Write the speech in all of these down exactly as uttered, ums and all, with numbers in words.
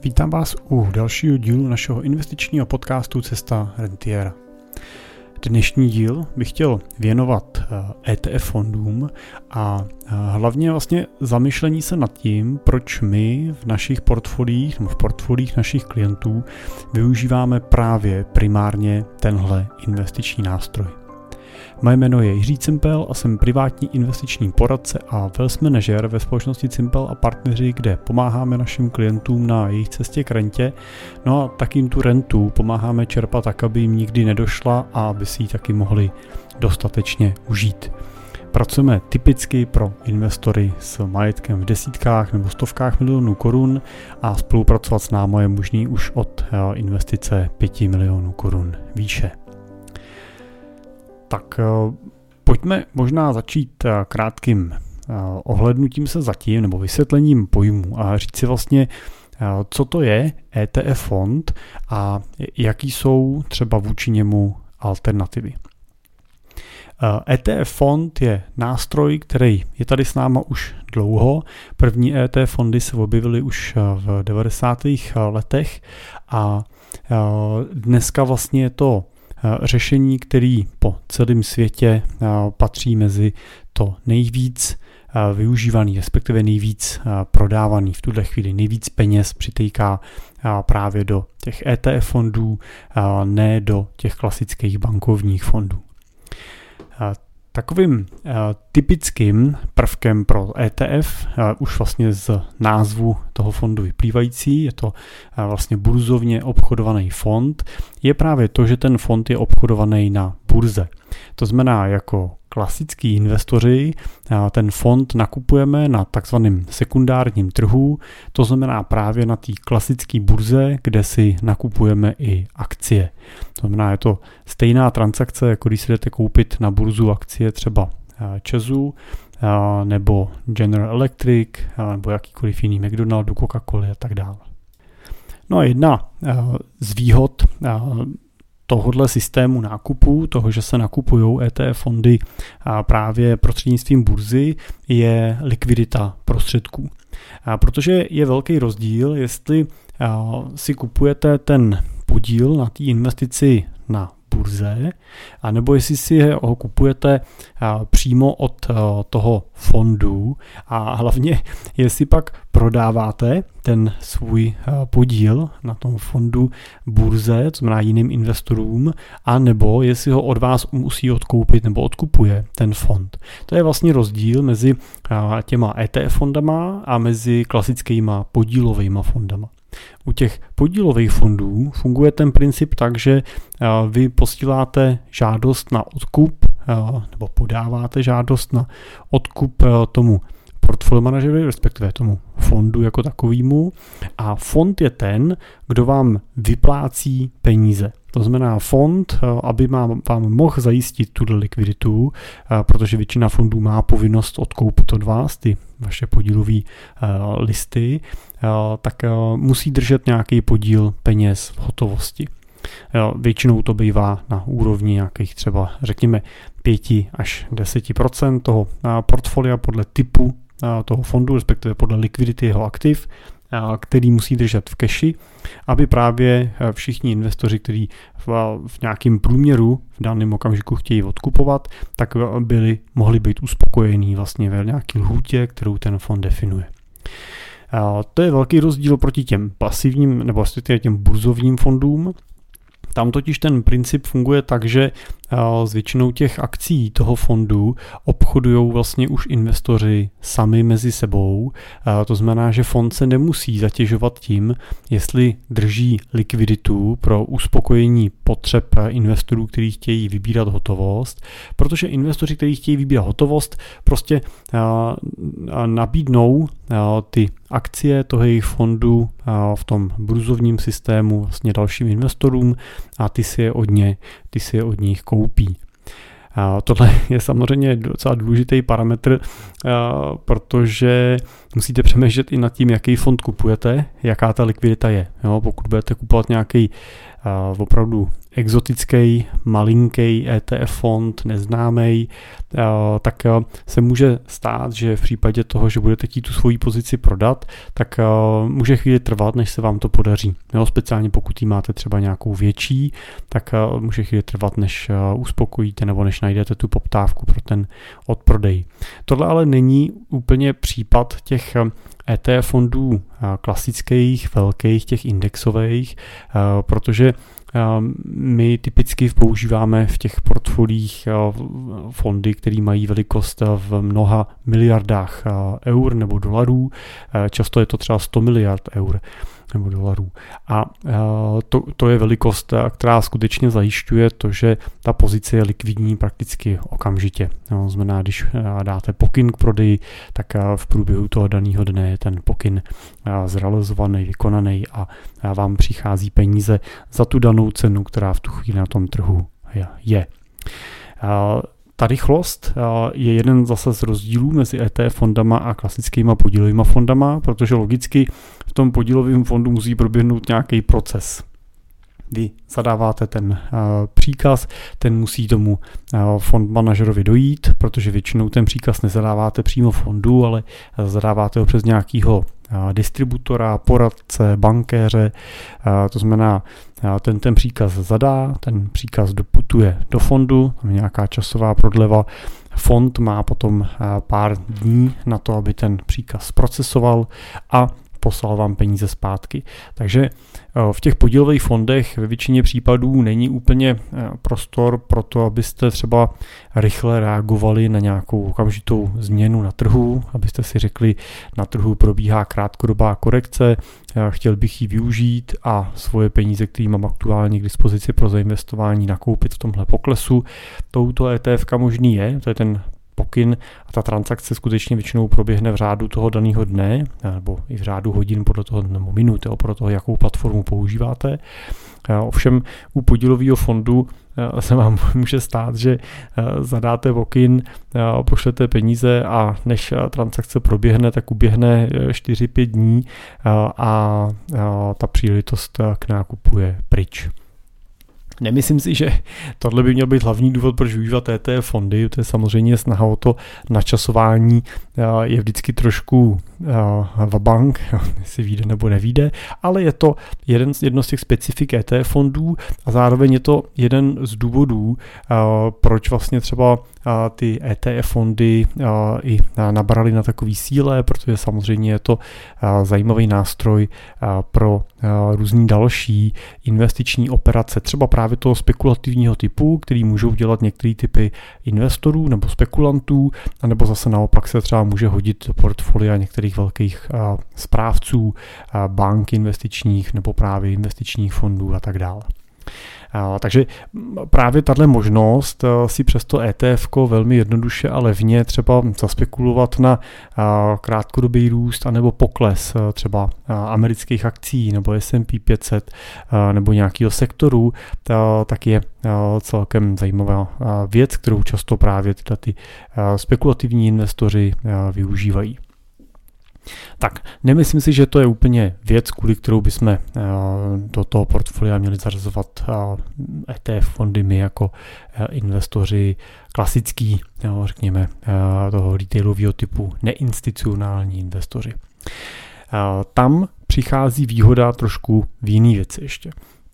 Vítám vás u dalšího dílu našeho investičního podcastu Cesta rentiera. Dnešní díl bych chtěl věnovat E T F fondům a hlavně vlastně zamyšlení se nad tím, proč my v našich portfoliích nebo v portfoliích našich klientů využíváme právě primárně tenhle investiční nástroj. Moje jméno je Jiří Cimpel a jsem privátní investiční poradce a wealth manager ve společnosti Cimpel a partneři, kde pomáháme našim klientům na jejich cestě k rentě. No a tak jim tu rentu pomáháme čerpat tak, aby jim nikdy nedošla a aby si ji taky mohli dostatečně užít. Pracujeme typicky pro investory s majetkem v desítkách nebo stovkách milionů korun a spolupracovat s námi je možný už od investice pěti milionů korun výše. Tak pojďme možná začít krátkým ohlédnutím se zatím nebo vysvětlením pojmů a říct si vlastně, co to je E T F fond a jaký jsou třeba vůči němu alternativy. E T F fond je nástroj, který je tady s náma už dlouho. První E T F fondy se objevily už v devadesátých letech a dneska vlastně je to řešení, který po celém světě patří mezi to nejvíc využívaný, respektive nejvíc prodávaný. V tuhle chvíli nejvíc peněz přitejká právě do těch E T F fondů, ne do těch klasických bankovních fondů. Takovým uh, typickým prvkem pro E T F, uh, už vlastně z názvu toho fondu vyplývající, je to uh, vlastně burzovně obchodovaný fond, je právě to, že ten fond je obchodovaný na burze. To znamená, jako klasický investoři uh, ten fond nakupujeme na takzvaném sekundárním trhu, to znamená právě na té klasické burze, kde si nakupujeme i akcie. To znamená, je to stejná transakce, jako když si jdete koupit na burzu akcie třeba ČEZu, nebo General Electric, nebo jakýkoliv jiný McDonaldu, Coca-Cola a tak dále. No a jedna z výhod tohohle systému nákupu, toho, že se nakupují E T F fondy právě prostřednictvím burzy, je likvidita prostředků. Protože je velký rozdíl, jestli si kupujete ten podíl na té investici na burze, anebo jestli si ho kupujete přímo od toho fondu a hlavně jestli pak prodáváte ten svůj podíl na tom fondu burze, to znamená jiným investorům, a nebo jestli ho od vás musí odkoupit nebo odkupuje ten fond. To je vlastně rozdíl mezi těma E T F fondama a mezi klasickýma podílovejma fondama. U těch podílových fondů funguje ten princip tak, že vy posíláte žádost na odkup nebo podáváte žádost na odkup tomu portfolio manažerovi, respektive tomu fondu jako takovému, a fond je ten, kdo vám vyplácí peníze. To znamená fond, aby vám, vám mohl zajistit tuto likviditu, protože většina fondů má povinnost odkoupit od vás ty vaše podílové listy, tak musí držet nějaký podíl peněz v hotovosti. Většinou to bývá na úrovni nějakých třeba řekněme pět až deset procent toho portfolia podle typu toho fondu, respektive podle likvidity jeho aktiv, který musí držet v keši, aby právě všichni investoři, kteří v, v nějakém průměru v daném okamžiku chtějí odkupovat, tak byli, mohli být uspokojení vlastně ve nějaké lhůtě, kterou ten fond definuje. To je velký rozdíl proti těm pasivním nebo těm burzovním fondům. Tam totiž ten princip funguje tak, že s většinou těch akcí toho fondu obchodují vlastně už investoři sami mezi sebou. To znamená, že fond se nemusí zatěžovat tím, jestli drží likviditu pro uspokojení potřeb investorů, kteří chtějí vybírat hotovost, protože investoři, kteří chtějí vybírat hotovost, prostě nabídnou ty akcie toho jejich fondu v tom burzovním systému vlastně dalším investorům a ty si je od, ně, ty si je od nich koupí. Tohle je samozřejmě docela důležitý parametr, protože musíte přemýšlet i nad tím, jaký fond kupujete, jaká ta likvidita je. Jo, pokud budete kupovat nějaký opravdu exotický, malinký E T F fond, neznámý, tak se může stát, že v případě toho, že budete chtít tu svoji pozici prodat, tak může chvíli trvat, než se vám to podaří. Jo, speciálně pokud ji máte třeba nějakou větší, tak může chvíli trvat, než uspokojíte nebo než najdete tu poptávku pro ten odprodej. Tohle ale není úplně případ těch E T F fondů klasických, velkých, těch indexových, protože my typicky používáme v těch portfoliích fondy, které mají velikost v mnoha miliardách eur nebo dolarů. Často je to třeba sto miliard eur nebo dolarů. A to, to je velikost, která skutečně zajišťuje to, že ta pozice je likvidní prakticky okamžitě. No, znamená, když dáte pokyn k prodeji, tak v průběhu toho daného dne je ten pokyn zrealizovaný, vykonaný a vám přichází peníze za tu danou cenu, která v tu chvíli na tom trhu je. Ta rychlost je jeden zase z rozdílů mezi E T F fondama a klasickýma podílovýma fondama, protože logicky v tom podílovém fondu musí proběhnout nějaký proces. Vy zadáváte ten uh, příkaz, ten musí tomu uh, fond manažerovi dojít, protože většinou ten příkaz nezadáváte přímo fondu, ale zadáváte ho přes nějakého uh, distributora, poradce, bankéře. Uh, to znamená, uh, ten ten příkaz zadá, ten příkaz doputuje do fondu, tam je nějaká časová prodleva. Fond má potom uh, pár dní na to, aby ten příkaz zprocesoval a poslal vám peníze zpátky. Takže v těch podílových fondech ve většině případů není úplně prostor pro to, abyste třeba rychle reagovali na nějakou okamžitou změnu na trhu, abyste si řekli, na trhu probíhá krátkodobá korekce, chtěl bych ji využít a svoje peníze, které mám aktuálně k dispozici pro zainvestování, nakoupit v tomhle poklesu. Touto E T F možný je, to je ten pokyn a ta transakce skutečně většinou proběhne v řádu toho daného dne nebo i v řádu hodin podle toho nebo minut, jo, podle toho, jakou platformu používáte. Ovšem u podílového fondu se vám může stát, že zadáte pokyn, pošlete peníze a než transakce proběhne, tak uběhne čtyři pět dní a ta příležitost k nákupu je pryč. Nemyslím si, že tohle by měl být hlavní důvod, proč využívat E T F fondy. To je samozřejmě snaha o to načasování, je vždycky trošku vabank, jestli vyjde nebo nevyjde, ale je to jeden, jedno z těch specifik E T F fondů a zároveň je to jeden z důvodů, proč vlastně třeba ty E T F fondy i nabrali na takový síle, protože samozřejmě je to zajímavý nástroj pro různý další investiční operace, třeba právě toho spekulativního typu, který můžou dělat některé typy investorů nebo spekulantů, anebo zase naopak se třeba může hodit do portfolia některých velkých správců, bank investičních nebo právě investičních fondů a tak dále. Takže právě tato možnost si přesto E T F velmi jednoduše a levně třeba zaspekulovat na krátkodobý růst anebo pokles třeba amerických akcí nebo S and P pět set nebo nějakého sektoru, tak je celkem zajímavá věc, kterou často právě tyhle ty spekulativní investoři využívají. Tak, nemyslím si, že to je úplně věc, kvůli kterou bychom do toho portfolia měli zařazovat E T F fondy my jako investoři klasický, řekněme, toho retailového typu, neinstitucionální investoři. Tam přichází výhoda trošku v jiný věci ještě.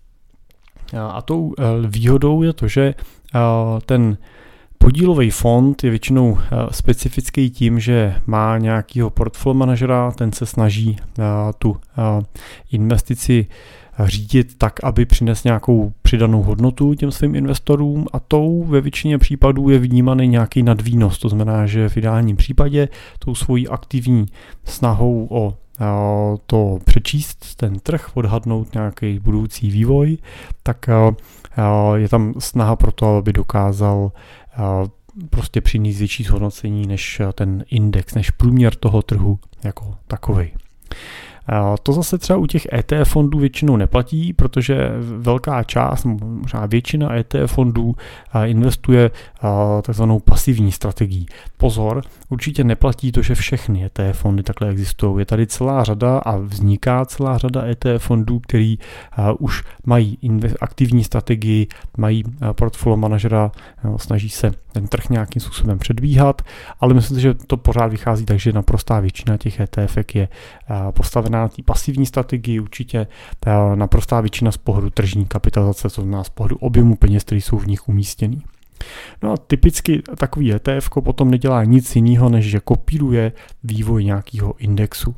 A tou výhodou je to, že ten podílový fond je většinou specifický tím, že má nějakého portfolio manažera, ten se snaží tu investici řídit tak, aby přines nějakou přidanou hodnotu těm svým investorům a tou ve většině případů je vnímaný nějaký nadvýnos. To znamená, že v ideálním případě tou svojí aktivní snahou o to přečíst ten trh, odhadnout nějaký budoucí vývoj, tak je tam snaha pro to, aby dokázal prostě přinést větší zhodnocení než ten index, než průměr toho trhu jako takovej. To zase třeba u těch E T F fondů většinou neplatí, protože velká část, možná většina E T F fondů investuje takzvanou pasivní strategii. Pozor, určitě neplatí to, že všechny E T F fondy takhle existují. Je tady celá řada a vzniká celá řada E T F fondů, který už mají aktivní strategii, mají portfolio manažera, snaží se ten trh nějakým způsobem předbíhat, ale myslím si, že to pořád vychází tak, že naprostá většina těch E T F je postavená na té pasivní strategii, určitě naprostá většina z pohledu tržní kapitalizace, co znamená z pohledu objemu peněz, které jsou v nich umístěný. No a typicky takový E T F potom nedělá nic jiného, než že kopíruje vývoj nějakého indexu.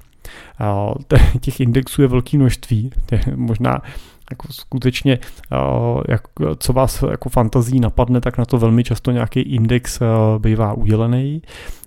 Těch indexů je velké množství, možná jako skutečně, jak, co vás jako fantazí napadne, tak na to velmi často nějaký index bývá udělený.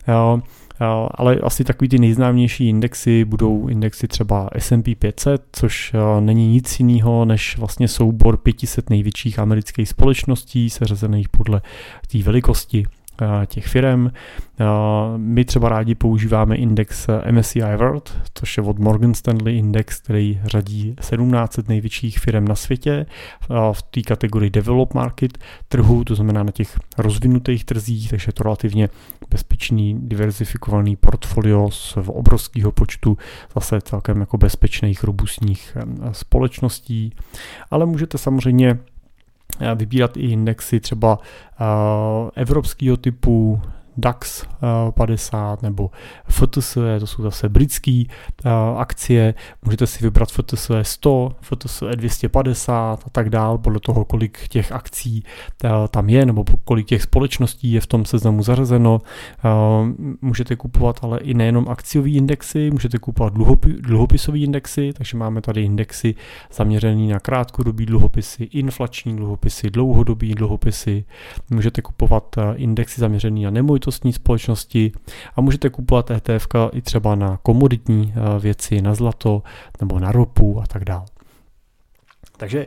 Ale asi takový ty nejznámější indexy budou indexy třeba S and P pět set, což není nic jiného než vlastně soubor pět set největších amerických společností seřazených podle té velikosti těch firem. My třeba rádi používáme index M S C I World, což je od Morgan Stanley index, který řadí sedmnáct set největších firem na světě v té kategorii Developed Market trhu, to znamená na těch rozvinutých trzích, takže je to relativně bezpečný, diverzifikovaný portfolio z obrovského počtu zase celkem jako bezpečných, robustních společností, ale můžete samozřejmě vybírat i indexy třeba uh, evropského typu DAX padesát nebo F T S E, to jsou zase britské uh, akcie, můžete si vybrat F T S E sto, F T S E dvě stě padesát a tak dál, podle toho, kolik těch akcí uh, tam je, nebo kolik těch společností je v tom seznamu zařazeno. Uh, můžete kupovat ale i nejenom akciový indexy, můžete kupovat dluhopi- dluhopisový indexy, takže máme tady indexy zaměřený na krátkodobý dluhopisy, inflační dluhopisy, dlouhodobý dluhopisy, můžete kupovat uh, indexy zaměřený na nemovitostní společnosti a můžete kupovat E T F i třeba na komoditní věci, na zlato nebo na ropu a tak dále. Takže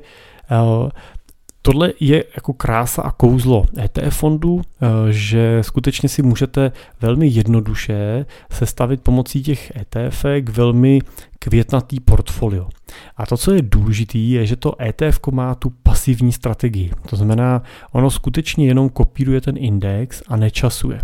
tohle je jako krása a kouzlo E T F fondu, že skutečně si můžete velmi jednoduše sestavit pomocí těch E T F velmi květnatý portfolio. A to, co je důležité, je, že to E T F má tu pasivní strategii. To znamená, ono skutečně jenom kopíruje ten index a nečasuje.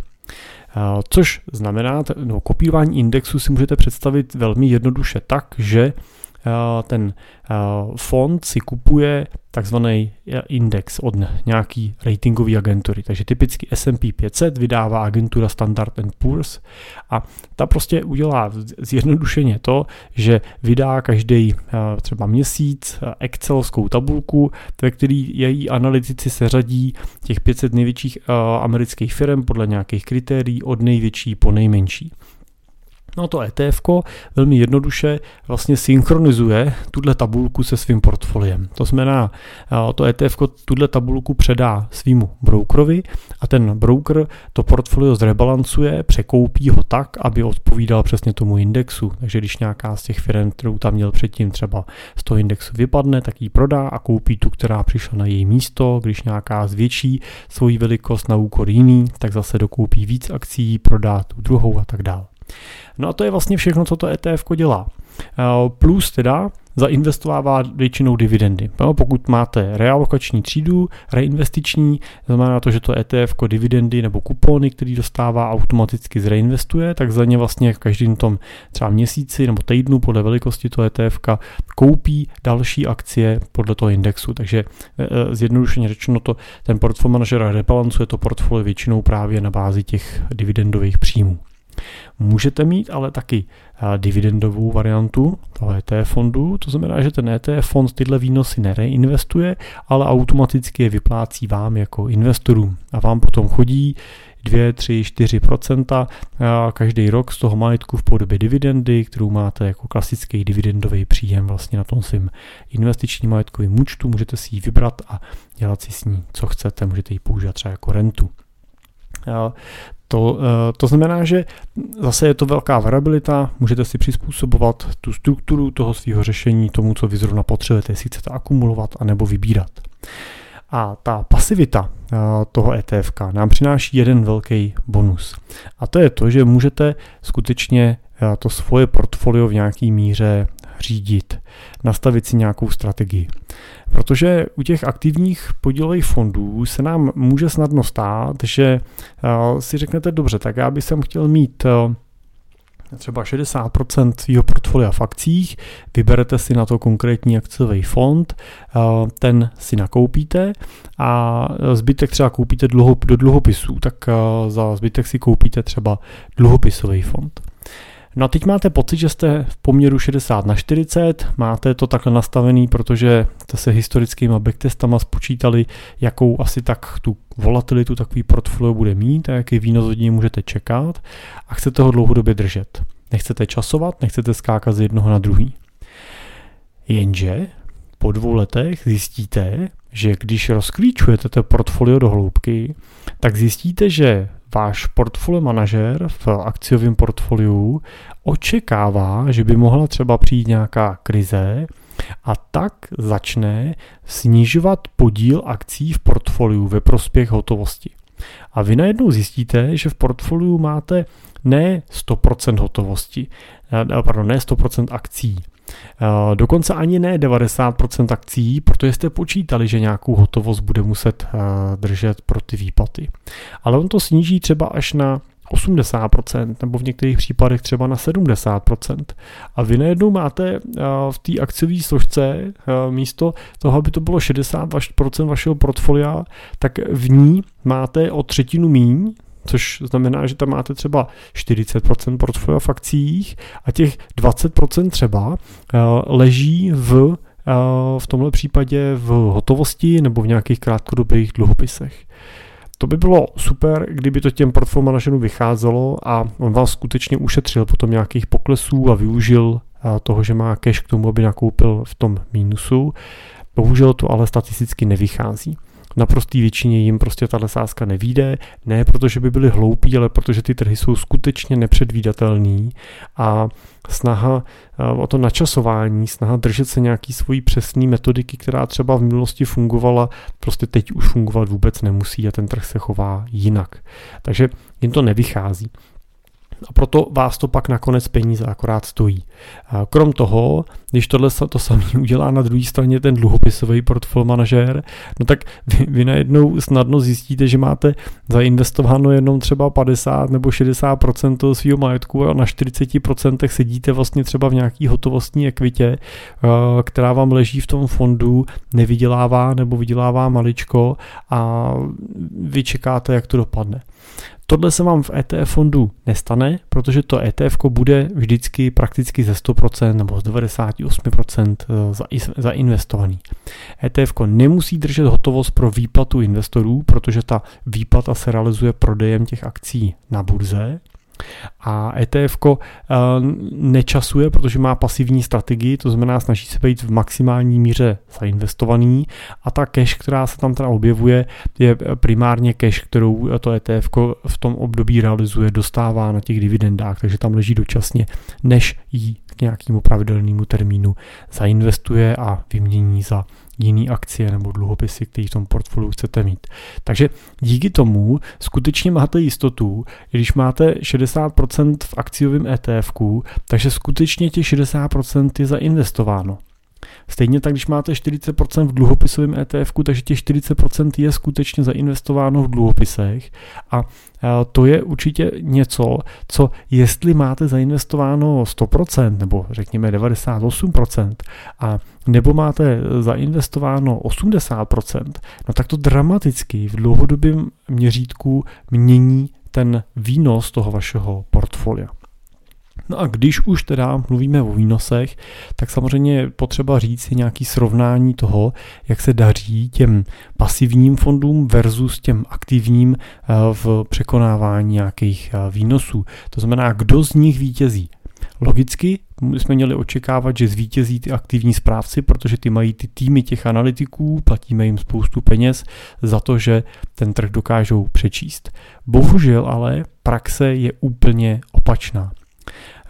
Což znamená, no, kopírování indexu si můžete představit velmi jednoduše tak, že ten fond si kupuje takzvaný index od nějaký ratingové agentury. Takže typicky S and P pět set vydává agentura Standard and Poor's a ta prostě udělá zjednodušeně to, že vydá každý třeba měsíc excelovskou tabulku, ve který její analytici seřadí těch pět set největších amerických firm podle nějakých kritérií od největší po nejmenší. No to E T F velmi jednoduše vlastně synchronizuje tuhle tabulku se svým portfoliem. To znamená, to E T F tuhle tabulku předá svýmu brokerovi a ten broker to portfolio zrebalancuje, překoupí ho tak, aby odpovídal přesně tomu indexu. Takže když nějaká z těch firm, kterou tam měl předtím třeba z toho indexu vypadne, tak ji prodá a koupí tu, která přišla na její místo. Když nějaká zvětší svoji velikost na úkor jiný, tak zase dokoupí víc akcí, prodá tu druhou a tak dále. No a to je vlastně všechno, co to E T F dělá. Plus teda zainvestovává většinou dividendy. Pokud máte realokační třídu, reinvestiční, znamená to, že to E T F dividendy nebo kupony, který dostává, automaticky zreinvestuje, tak za ně vlastně v každém tom třeba měsíci nebo týdnu podle velikosti toho E T F koupí další akcie podle toho indexu. Takže zjednodušeně řečeno to, ten portfolio manažer rebalancuje to portfolio většinou právě na bázi těch dividendových příjmů. Můžete mít ale taky dividendovou variantu toho E T F fondu, to znamená, že ten E T F fond tyhle výnosy nereinvestuje, ale automaticky je vyplácí vám jako investorům a vám potom chodí dva, tři, čtyři procenta každý rok z toho majetku v podobě dividendy, kterou máte jako klasický dividendový příjem vlastně na tom svým investičním majetkovým účtu, můžete si ji vybrat a dělat si s ní, co chcete, můžete ji používat třeba jako rentu. To, to znamená, že zase je to velká variabilita, můžete si přizpůsobovat tu strukturu toho svého řešení tomu, co vy zrovna potřebujete, jestli chcete akumulovat anebo vybírat. A ta pasivita toho E T F nám přináší jeden velký bonus. A to je to, že můžete skutečně to svoje portfolio v nějaký míře řídit, nastavit si nějakou strategii. Protože u těch aktivních podílových fondů se nám může snadno stát, že si řeknete, dobře, tak já bych sem chtěl mít třeba šedesát procent svého portfolia v akcích, vyberete si na to konkrétní akciový fond, ten si nakoupíte a zbytek třeba koupíte do dluhopisů, tak za zbytek si koupíte třeba dluhopisový fond. No a teď máte pocit, že jste v poměru šedesát na čtyřicet, máte to takhle nastavený, protože jste se historickýma backtestama spočítali, jakou asi tak tu volatilitu takový portfolio bude mít a jaký výnos od něj můžete čekat a chcete ho dlouhodobě držet. Nechcete časovat, nechcete skákat z jednoho na druhý. Jenže po dvou letech zjistíte, že když rozklíčujete to portfolio do hloubky, tak zjistíte, že váš portfolio manažer v akciovém portfoliu očekává, že by mohla třeba přijít nějaká krize a tak začne snižovat podíl akcí v portfoliu ve prospěch hotovosti. A vy najednou zjistíte, že v portfoliu máte ne sto procent hotovosti, pardon, ne sto procent akcí, dokonce ani ne devadesát procent akcí, protože jste počítali, že nějakou hotovost bude muset držet pro ty výplaty. Ale on to sníží třeba až na osmdesát procent nebo v některých případech třeba na sedmdesát procent. A vy najednou máte v té akciové složce místo toho, aby to bylo šedesát procent vašeho portfolia, tak v ní máte o třetinu míň, což znamená, že tam máte třeba čtyřicet procent portfolia v akcích a těch dvacet procent třeba uh, leží v, uh, v tomhle případě v hotovosti nebo v nějakých krátkodobých dluhopisech. To by bylo super, kdyby to těm portfolio manažerům vycházelo a on vás skutečně ušetřil potom nějakých poklesů a využil uh, toho, že má cash k tomu, aby nakoupil v tom mínusu. Bohužel to ale statisticky nevychází. Na prostý většině jim prostě tato sázka nevyjde, ne protože by byli hloupí, ale protože ty trhy jsou skutečně nepředvídatelný a snaha o to načasování, snaha držet se nějaký svojí přesný metodiky, která třeba v minulosti fungovala, prostě teď už fungovat vůbec nemusí a ten trh se chová jinak. Takže jim to nevychází. A proto vás to pak nakonec peníze akorát stojí. Krom toho, když tohle to samý udělá na druhé straně ten dluhopisový portfolio manažér, no tak vy, vy najednou snadno zjistíte, že máte zainvestováno jenom třeba padesát nebo šedesát procent toho svého majetku a na čtyřicet procent sedíte vlastně třeba v nějaký hotovostní ekvitě, která vám leží v tom fondu, nevydělává nebo vydělává maličko a vy čekáte, jak to dopadne. Tohle se vám v E T F fondu nestane, protože to E T F bude vždycky prakticky ze sto procent nebo z devadesát osm procent zainvestovaný. E T F nemusí držet hotovost pro výplatu investorů, protože ta výplata se realizuje prodejem těch akcí na burze. A E T F nečasuje, protože má pasivní strategii, to znamená snaží se být v maximální míře zainvestovaný a ta cash, která se tam teda objevuje, je primárně cash, kterou to E T F v tom období realizuje, dostává na těch dividendách, takže tam leží dočasně, než jí k nějakému pravidelnému termínu zainvestuje a vymění za jiný akcie nebo dluhopisy, který v tom portfoliu chcete mít. Takže díky tomu skutečně máte jistotu, když máte šedesát procent v akciovém E T F ku, takže skutečně těch šedesát procent je zainvestováno. Stejně tak, když máte čtyřicet procent v dluhopisovém E T F ku, takže těch čtyřicet procent je skutečně zainvestováno v dluhopisech a to je určitě něco, co jestli máte zainvestováno sto procent nebo řekněme devadesát osm procent a nebo máte zainvestováno osmdesát procent, no tak to dramaticky v dlouhodobém měřítku mění ten výnos toho vašeho portfolia. No a když už teda mluvíme o výnosech, tak samozřejmě je potřeba říct si nějaký srovnání toho, jak se daří těm pasivním fondům versus těm aktivním v překonávání nějakých výnosů. To znamená, kdo z nich vítězí. Logicky jsme měli očekávat, že zvítězí ty aktivní správci, protože ty mají ty týmy těch analytiků, platíme jim spoustu peněz za to, že ten trh dokážou přečíst. Bohužel ale praxe je úplně opačná.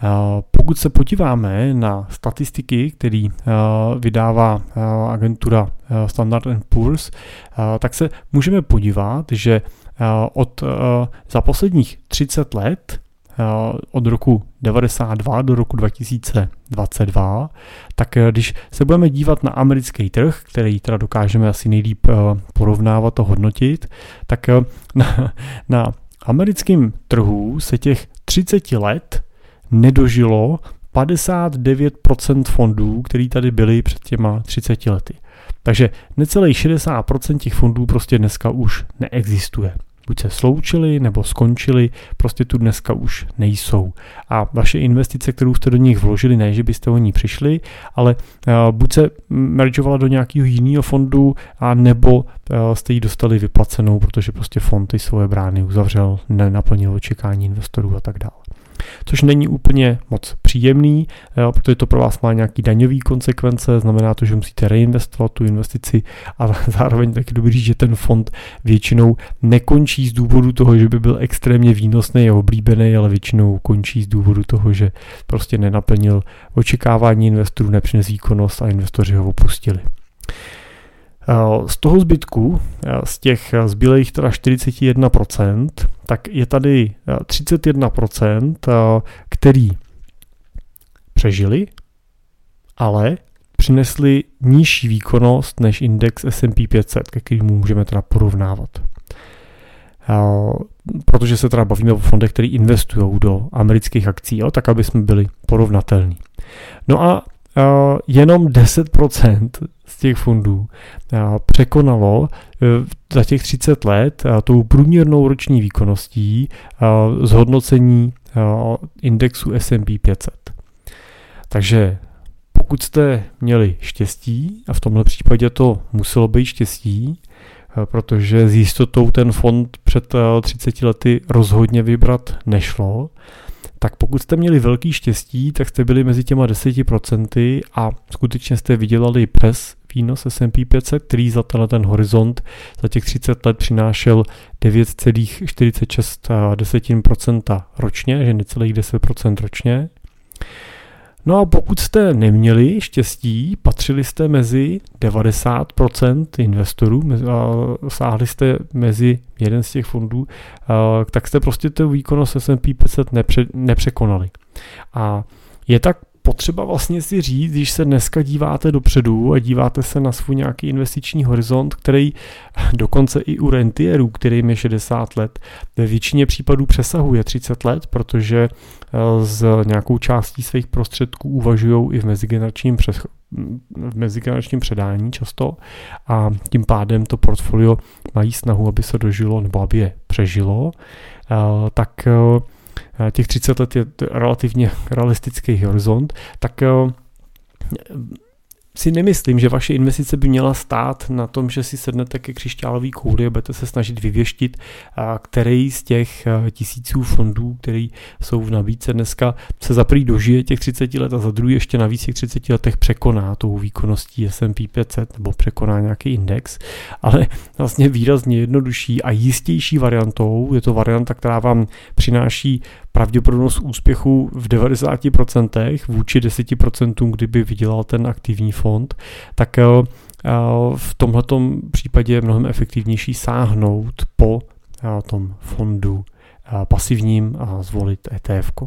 Pokud se podíváme na statistiky, které vydává agentura Standard and Poor's, tak se můžeme podívat, že od, za posledních třicet let, od roku devadesát dva do roku dva tisíce dvacet dva, tak když se budeme dívat na americký trh, který teda dokážeme asi nejlíp porovnávat a hodnotit, tak na, na americkém trhu se těch třicet let nedožilo padesát devět procent fondů, který tady byly před těma třiceti lety. Takže necelých šedesát procent těch fondů prostě dneska už neexistuje. Buď se sloučili, nebo skončili, prostě tu dneska už nejsou. A vaše investice, kterou jste do nich vložili, ne, že byste o ní přišli, ale uh, buď se mergeovala do nějakého jiného fondu, a nebo uh, jste ji dostali vyplacenou, protože prostě fond ty svoje brány uzavřel, nenaplnil očekání investorů a tak dále. Což není úplně moc příjemný, protože to pro vás má nějaký daňový konsekvence, znamená to, že musíte reinvestovat tu investici a zároveň taky dobrý, že ten fond většinou nekončí z důvodu toho, že by byl extrémně výnosný a oblíbený, ale většinou končí z důvodu toho, že prostě nenaplnil očekávání investorů, nepřines výkonnost a investoři ho opustili. Z toho zbytku, z těch zbylých teda čtyřicet jedna procent, tak je tady třicet jedna procent, který přežili, ale přinesli nižší výkonnost než index S and P pět set, ke kterému můžeme teda porovnávat. Protože se teda bavíme o fondech, které investují do amerických akcí, jo, tak aby jsme byli porovnatelní. No a Uh, jenom deset procent z těch fondů uh, překonalo uh, za těch třicet let uh, tou průměrnou roční výkonností uh, zhodnocení uh, indexu S and P pět set. Takže pokud jste měli štěstí, a v tomhle případě to muselo být štěstí, uh, protože s jistotou ten fond před uh, třiceti lety rozhodně vybrat nešlo, tak pokud jste měli velký štěstí, tak jste byli mezi těma deseti procenty a skutečně jste vydělali přes výnos S and P pět set, který za tenhle ten horizont za těch třicet let přinášel devět celá čtyřicet šest procenta ročně, že necelých deset procent ročně. No a pokud jste neměli štěstí, patřili jste mezi devadesát procent investorů, sáhli jste mezi jeden z těch fondů, tak jste prostě tu výkonnost S and P pět set nepře, nepřekonali. A je tak potřeba vlastně si říct, když se dneska díváte dopředu a díváte se na svůj nějaký investiční horizont, který dokonce i u rentierů, kterým je šedesát let, ve většině případů přesahuje třicet let, protože s nějakou částí svých prostředků uvažují i v mezigeneračním, přes, v mezigeneračním předání často a tím pádem to portfolio mají snahu, aby se dožilo nebo aby je přežilo, tak těch třicet let je relativně realistický horizont, tak si nemyslím, že vaše investice by měla stát na tom, že si sednete ke křišťálový kouli a budete se snažit vyvěštit, který z těch tisíců fondů, který jsou v nabídce dneska, se za prvý dožije těch třicet let a za druhý ještě navíc těch třicet letech překoná tou výkonností S and P pět set nebo překoná nějaký index, ale vlastně výrazně jednodušší a jistější variantou je to varianta, která vám přináší pravděpodobnost úspěchu v devadesáti procentech vůči deseti procentům, kdyby vydělal ten aktivní fond, tak v tomhletom případě je mnohem efektivnější sáhnout po tom fondu pasivním a zvolit E T F ko.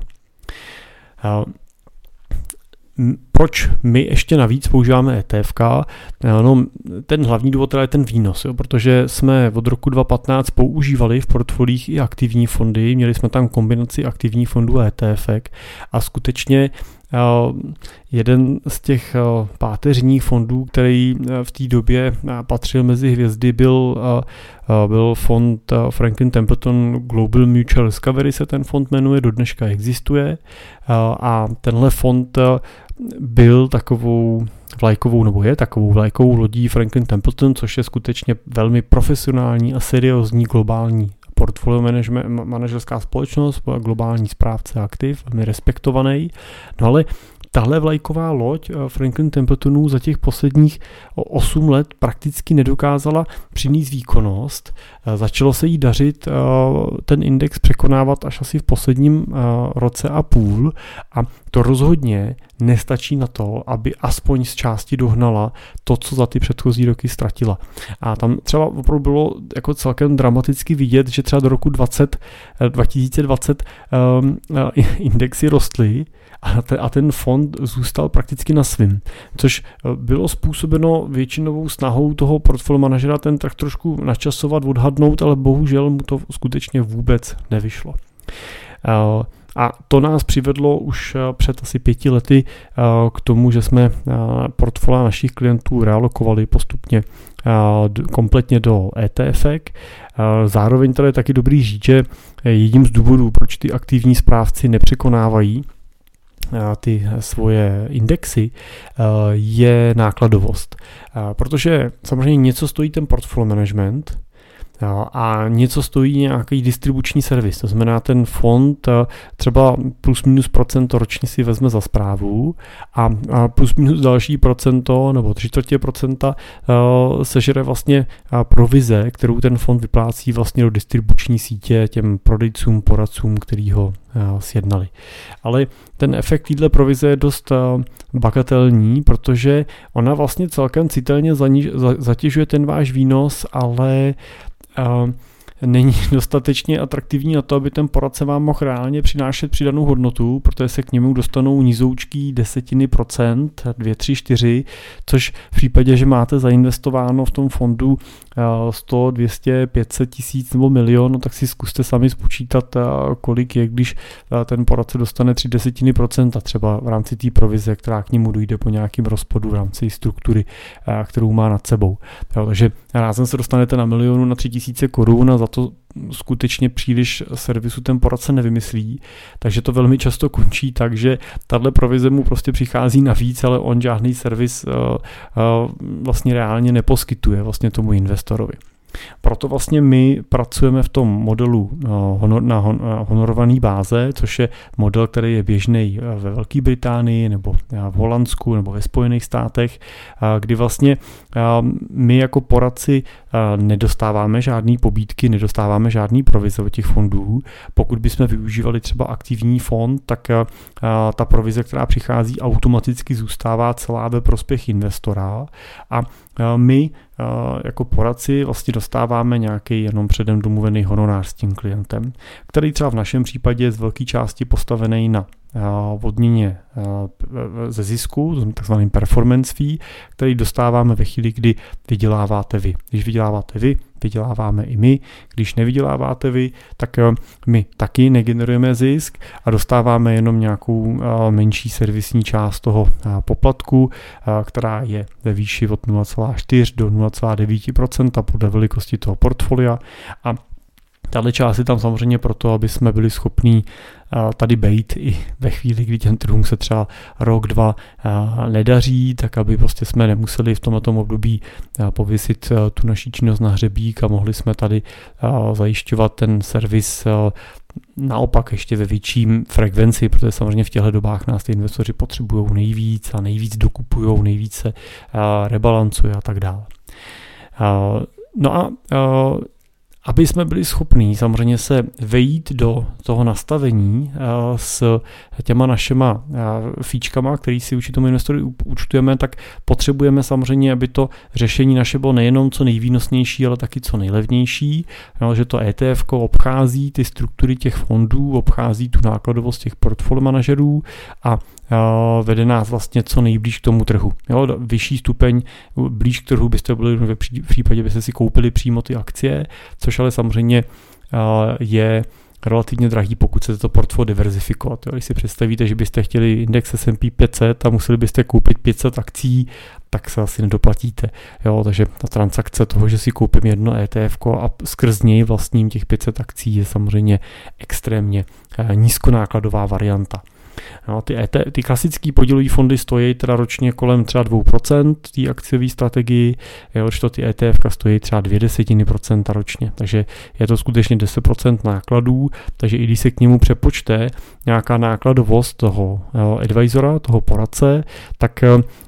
Proč my ještě navíc používáme E T F ka? No, ten hlavní důvod teda je ten výnos, jo, protože jsme od roku dva tisíce patnáct používali v portfoliích i aktivní fondy, měli jsme tam kombinaci aktivních fondů a E T F ek a skutečně jeden z těch páteřních fondů, který v té době patřil mezi hvězdy, byl, byl fond Franklin Templeton Global Mutual Discovery, se ten fond jmenuje, do dneška existuje a tenhle fond byl takovou vlajkovou, nebo je takovou vlajkovou lodí Franklin Templeton, což je skutečně velmi profesionální a seriózní globální portfolio manažerská společnost, globální správce aktiv, velmi respektovaný. No ale tahle vlajková loď Franklin Templetonů za těch posledních osm let prakticky nedokázala přinést výkonnost. Začalo se jí dařit ten index překonávat až asi v posledním roce a půl a to rozhodně nestačí na to, aby aspoň z části dohnala to, co za ty předchozí roky ztratila. A tam třeba opravdu bylo jako celkem dramaticky vidět, že třeba do roku dvacet, dva tisíce dvacet um, indexy rostly a, te, a ten fond zůstal prakticky na svým, což bylo způsobeno většinovou snahou toho portfolio manažera ten tak trošku načasovat, odhadnout, ale bohužel mu to skutečně vůbec nevyšlo. Uh, A to nás přivedlo už před asi pěti lety k tomu, že jsme portfolia našich klientů realokovali postupně kompletně do é té efek. Zároveň tady je taky dobrý říct, že jedním z důvodů, proč ty aktivní správci nepřekonávají ty svoje indexy, je nákladovost. Protože samozřejmě něco stojí ten portfolio management, a něco stojí nějaký distribuční servis, to znamená ten fond třeba plus minus procento ročně si vezme za správu a plus minus další procento nebo tři čtvrtě procenta sežere vlastně provize, kterou ten fond vyplácí vlastně do distribuční sítě těm prodejcům, poradcům, který ho sjednali. Ale ten efekt téhle provize je dost bagatelní, protože ona vlastně celkem citelně zatěžuje ten váš výnos, ale Uh, není dostatečně atraktivní na to, aby ten poradce vám mohl reálně přinášet přidanou hodnotu, protože se k němu dostanou nízoučký desetiny procent, dvě, tři, čtyři, což v případě, že máte zainvestováno v tom fondu uh, sto, dvě stě, pět set tisíc nebo milion, no, tak si zkuste sami spočítat, uh, kolik je, když uh, ten poradce dostane tři desetiny procenta třeba v rámci té provize, která k němu dojde po nějakým rozpodu v rámci struktury, uh, kterou má nad sebou. Jo, takže rázem se dostanete na milionu na tři tisíce korun a za to skutečně příliš servisu ten poradce nevymyslí, takže to velmi často končí tak, že tahle provize mu prostě přichází navíc, ale on žádný servis uh, uh, vlastně reálně neposkytuje vlastně tomu investorovi. Proto vlastně my pracujeme v tom modelu honor, na honorované báze, což je model, který je běžný ve Velké Británii nebo v Holandsku nebo ve Spojených státech, kdy vlastně my jako poradci nedostáváme žádný pobídky, nedostáváme žádný provize od těch fondů. Pokud bychom využívali třeba aktivní fond, tak ta provize, která přichází, automaticky zůstává celá ve prospěch investora a my jako poradci vlastně dostáváme nějaký jenom předem domluvený honorář s tím klientem, který třeba v našem případě je z velké části postavený na odměně ze zisku, takzvaným performance fee, který dostáváme ve chvíli, kdy vyděláváte vy. Když vyděláváte vy, vyděláváme i my. Když nevyděláváte vy, tak my taky negenerujeme zisk a dostáváme jenom nějakou menší servisní část toho poplatku, která je ve výši od nula celá čtyři do nula celá devět procenta podle velikosti toho portfolia a tahle část je tam samozřejmě proto, aby jsme byli schopní tady bejt i ve chvíli, kdy těm trhům se třeba rok, dva nedaří, tak aby prostě jsme nemuseli v tomto období pověsit tu naší činnost na hřebík a mohli jsme tady zajišťovat ten servis naopak ještě ve větším frekvenci, protože samozřejmě v těchto dobách nás ty investoři potřebují nejvíc a nejvíc dokupují, nejvíc se rebalancují a tak dále. No a aby jsme byli schopní samozřejmě se vejít do toho nastavení s těma našima fíčkama, který si určitě tomu investoru účtujeme, tak potřebujeme samozřejmě, aby to řešení naše bylo nejenom co nejvýnosnější, ale taky co nejlevnější, že to é té efko obchází ty struktury těch fondů, obchází tu nákladovost těch portfolio manažerů a vede nás vlastně co nejblíž k tomu trhu. Jo, vyšší stupeň blíž k trhu byste byli v případě, byste si koupili přímo ty akcie, což ale samozřejmě je relativně drahý, pokud se to portfolio diverzifikovat. Jo. Když si představíte, že byste chtěli index es and pé pět set a museli byste koupit pět set akcí, tak se asi nedoplatíte. Jo, takže ta transakce toho, že si koupím jedno é té efko a skrz něj vlastním těch pět set akcí je samozřejmě extrémně nízkonákladová varianta. No, ty, E T, ty klasické podílové fondy stojí teda ročně kolem třeba dvě procenta té akciové strategii, to ty E T F stojí třeba dvě desetiny procenta ročně, takže je to skutečně deset procent nákladů, takže i když se k němu přepočte nějaká nákladovost toho advisora, toho poradce, tak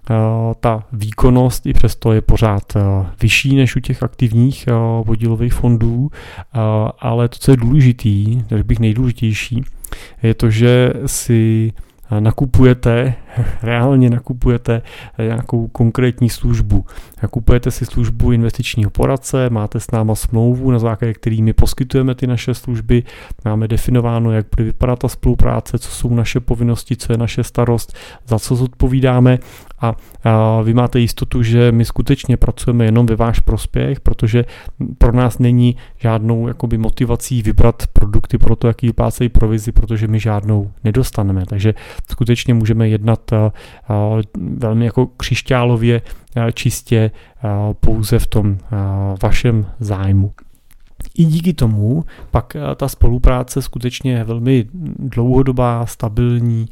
ta výkonnost i přesto je pořád vyšší než u těch aktivních podílových fondů, ale to, co je důležitý, tak bych nejdůležitější, je to, že si nakupujete, reálně nakupujete nějakou konkrétní službu. Nakupujete si službu investičního poradce, máte s náma smlouvu, na základě který my poskytujeme ty naše služby, máme definováno, jak bude vypadat ta spolupráce, co jsou naše povinnosti, co je naše starost, za co zodpovídáme a, a vy máte jistotu, že my skutečně pracujeme jenom ve váš prospěch, protože pro nás není žádnou jakoby motivací vybrat produkty pro to, jaký vyplácejí provizi, protože my žádnou nedostaneme. Takže skutečně můžeme jednat a, a, velmi jako křišťálově a, čistě a, pouze v tom a, vašem zájmu. I díky tomu pak ta spolupráce skutečně je velmi dlouhodobá, stabilní,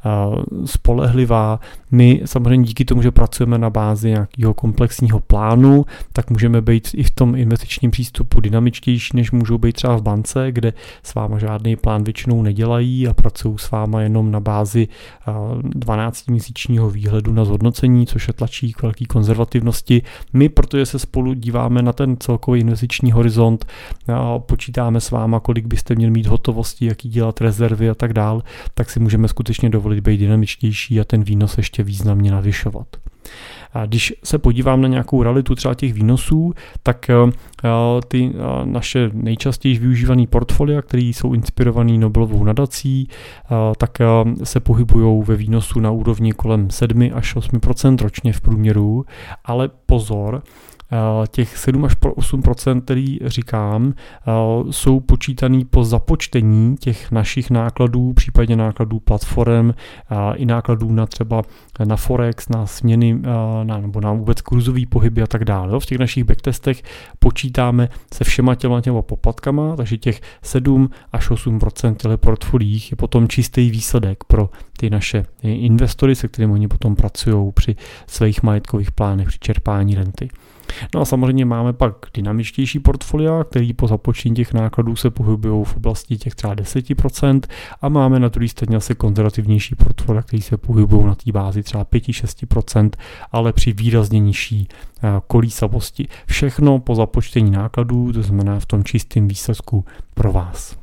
spolehlivá. My samozřejmě díky tomu, že pracujeme na bázi nějakého komplexního plánu, tak můžeme být i v tom investičním přístupu dynamičtější, než můžou být třeba v bance, kde s váma žádný plán většinou nedělají a pracují s váma jenom na bázi dvanáctiměsíčního výhledu na zhodnocení, což je tlačí k velké konzervativnosti. My, protože se spolu díváme na ten celkový investiční horizont, počítáme s váma, kolik byste měli mít hotovosti, jaký dělat rezervy a tak dál, tak si můžeme skutečně dovolit být dynamičtější a ten výnos ještě významně navyšovat. A když se podívám na nějakou realitu třeba těch výnosů, tak ty naše nejčastěji využívané portfolia, které jsou inspirované Nobelovou nadací, tak se pohybují ve výnosu na úrovni kolem sedm až osm procent ročně v průměru, ale pozor, těch sedm až osm procent, který říkám, jsou počítaný po započtení těch našich nákladů, případně nákladů platform i nákladů na třeba na Forex, na směny na, nebo na vůbec kurzový pohyby a tak dále. V těch našich backtestech počítáme se všema těma těma poplatkama, takže těch sedm až osm procent těchto portfoliích je potom čistý výsledek pro ty naše investory, se kterými oni potom pracují při svých majetkových plánech, při čerpání renty. No a samozřejmě máme pak dynamičtější portfolia, který po započtení těch nákladů se pohybují v oblasti těch třeba deset procent a máme na druhé straně asi konzervativnější portfolia, který se pohybují na té bázi třeba pět až šest procent, ale při výrazně nižší kolísavosti. Všechno po započtení nákladů, to znamená v tom čistém výsledku pro vás.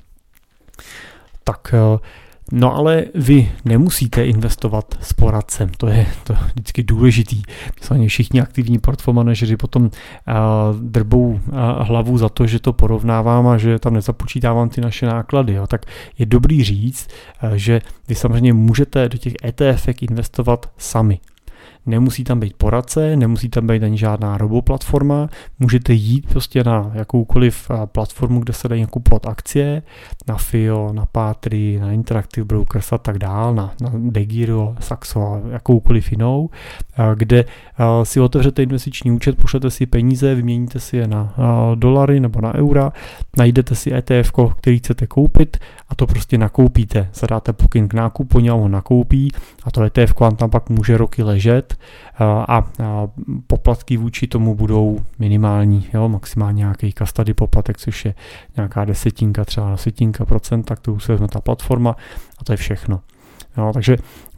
Tak no ale vy nemusíte investovat s poradcem, to je to vždycky důležitý. Myslím, všichni aktivní portfolio manažeři potom uh, drbou uh, hlavu za to, že to porovnávám a že tam nezapočítávám ty naše náklady. Jo. Tak je dobrý říct, uh, že vy samozřejmě můžete do těch E T F investovat sami. Nemusí tam být poradce, nemusí tam být ani žádná roboplatforma, můžete jít prostě na jakoukoliv platformu, kde se dají nakupovat akcie, na F I O, na Patry, na Interactive Brokers a tak dál, na, na DeGiro, Saxo a jakoukoliv jinou, kde si otevřete investiční účet, pošlete si peníze, vyměníte si je na dolary nebo na eura, najdete si E T F, který chcete koupit a to prostě nakoupíte. Zadáte pokyn k nákupu, oni ho nakoupí a to E T F vám tam pak může roky ležet a poplatky vůči tomu budou minimální, jo, maximálně nějaký custody poplatek, což je nějaká desetinka, třeba desetinka procent, tak to už se vezme ta platforma a to je všechno. Jo, takže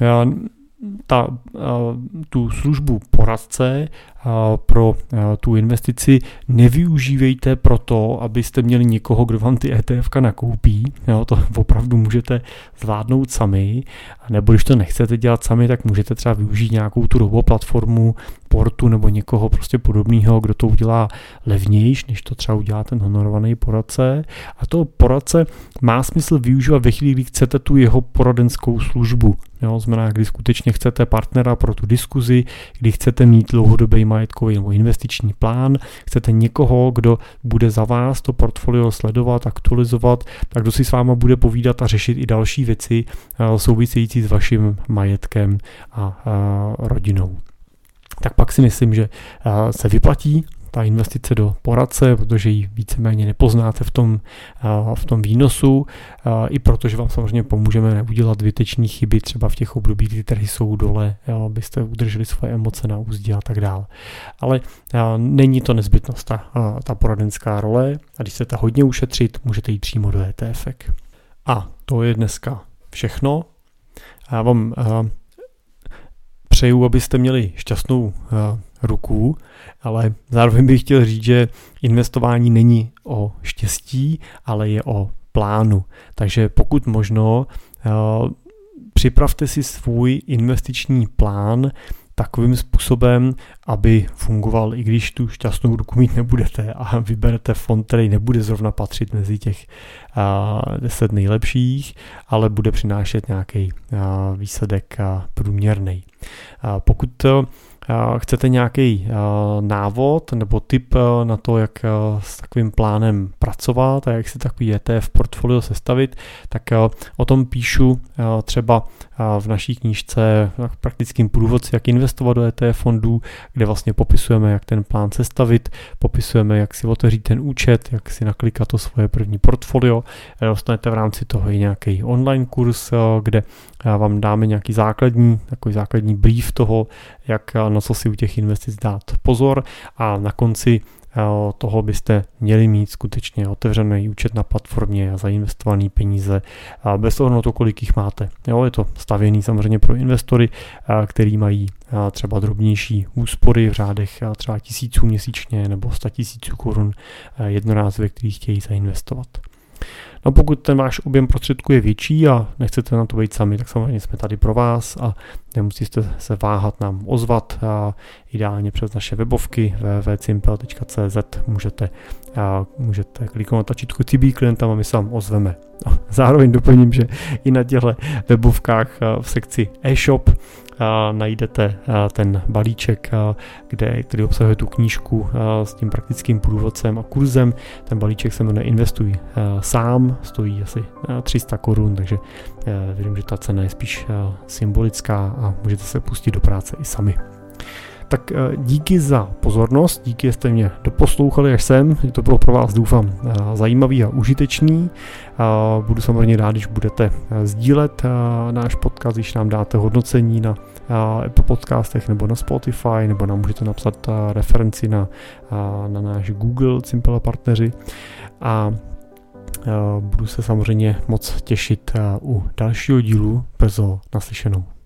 ta, tu službu poradce pro tu investici nevyužívejte proto, abyste měli někoho, kdo vám ty E T F nakoupí. Jo, to opravdu můžete zvládnout sami, nebo když to nechcete dělat sami, tak můžete třeba využít nějakou tu roboplatformu, portu nebo někoho prostě podobného, kdo to udělá levnější, než to třeba udělá ten honorovaný poradce. A toho poradce má smysl využívat ve chvíli, kdy chcete tu jeho poradenskou službu. Jo, znamená, kdy skutečně chcete partnera pro tu diskuzi, kdy chcete mít dlouhodobý majetkový nebo investiční plán, chcete někoho, kdo bude za vás to portfolio sledovat, aktualizovat, tak kdo si s váma bude povídat a řešit i další věci související s vaším majetkem a, a rodinou. Tak pak si myslím, že se vyplatí ta investice do poradce, protože ji víceméně nepoznáte v tom, v tom výnosu, i protože vám samozřejmě pomůžeme neudělat zbytečné chyby třeba v těch obdobích, kdy trhy jsou dole, abyste udrželi svoje emoce na úzdě a tak dále. Ale není to nezbytnost, ta, ta poradenská role, a když chcete hodně ušetřit, můžete jít přímo do é té efek. A to je dneska všechno. Já vám přeju, abyste měli šťastnou ruku, ale zároveň bych chtěl říct, že investování není o štěstí, ale je o plánu. Takže pokud možno, připravte si svůj investiční plán takovým způsobem, aby fungoval, i když tu šťastnou ruku mít nebudete a vyberete fond, který nebude zrovna patřit mezi těch deset nejlepších, ale bude přinášet nějaký výsledek průměrný. Pokud chcete nějaký návod nebo tip na to, jak s takovým plánem pracovat a jak si takový é té ef portfolio sestavit, tak o tom píšu třeba v naší knížce Praktickým průvodci, jak investovat do é té ef fondů, kde vlastně popisujeme, jak ten plán sestavit, popisujeme, jak si otevřít ten účet, jak si naklikat to svoje první portfolio. Dostanete v rámci toho i nějaký online kurz, kde vám dáme nějaký základní, takový základní brief toho, jak na co si u těch investic dát pozor, a na konci toho byste měli mít skutečně otevřený účet na platformě a zainvestovaný peníze bez ohledu na to, kolik jich máte. Jo, je to stavěný samozřejmě pro investory, který mají třeba drobnější úspory v řádech třeba tisíců měsíčně nebo sta tisíců korun jednorázově, který chtějí zainvestovat. No pokud ten váš objem prostředků je větší a nechcete na to být sami, tak samozřejmě jsme tady pro vás a nemusíte se váhat nám ozvat. A ideálně přes naše webovky w w w tečka cimpel tečka c z můžete, a můžete kliknout tlačítko T B klienta a my se vám ozveme. No, zároveň doplním, že i na těchto webovkách v sekci e-shop a najdete a ten balíček, a kde, který obsahuje tu knížku a s tím praktickým průvodcem a kurzem. Ten balíček se jmenuje Investuj sám, stojí asi tři sta korun, takže věřím, že ta cena je spíš symbolická a můžete se pustit do práce i sami. Tak díky za pozornost, díky, že jste mě doposlouchali až sem, že to bylo pro vás, doufám, zajímavý a užitečný. Budu samozřejmě rád, když budete sdílet náš podcast, když nám dáte hodnocení na Apple podcastech nebo na Spotify, nebo nám můžete napsat referenci na, na náš Google Cimpel a partneři. A budu se samozřejmě moc těšit u dalšího dílu, brzo naslyšenou.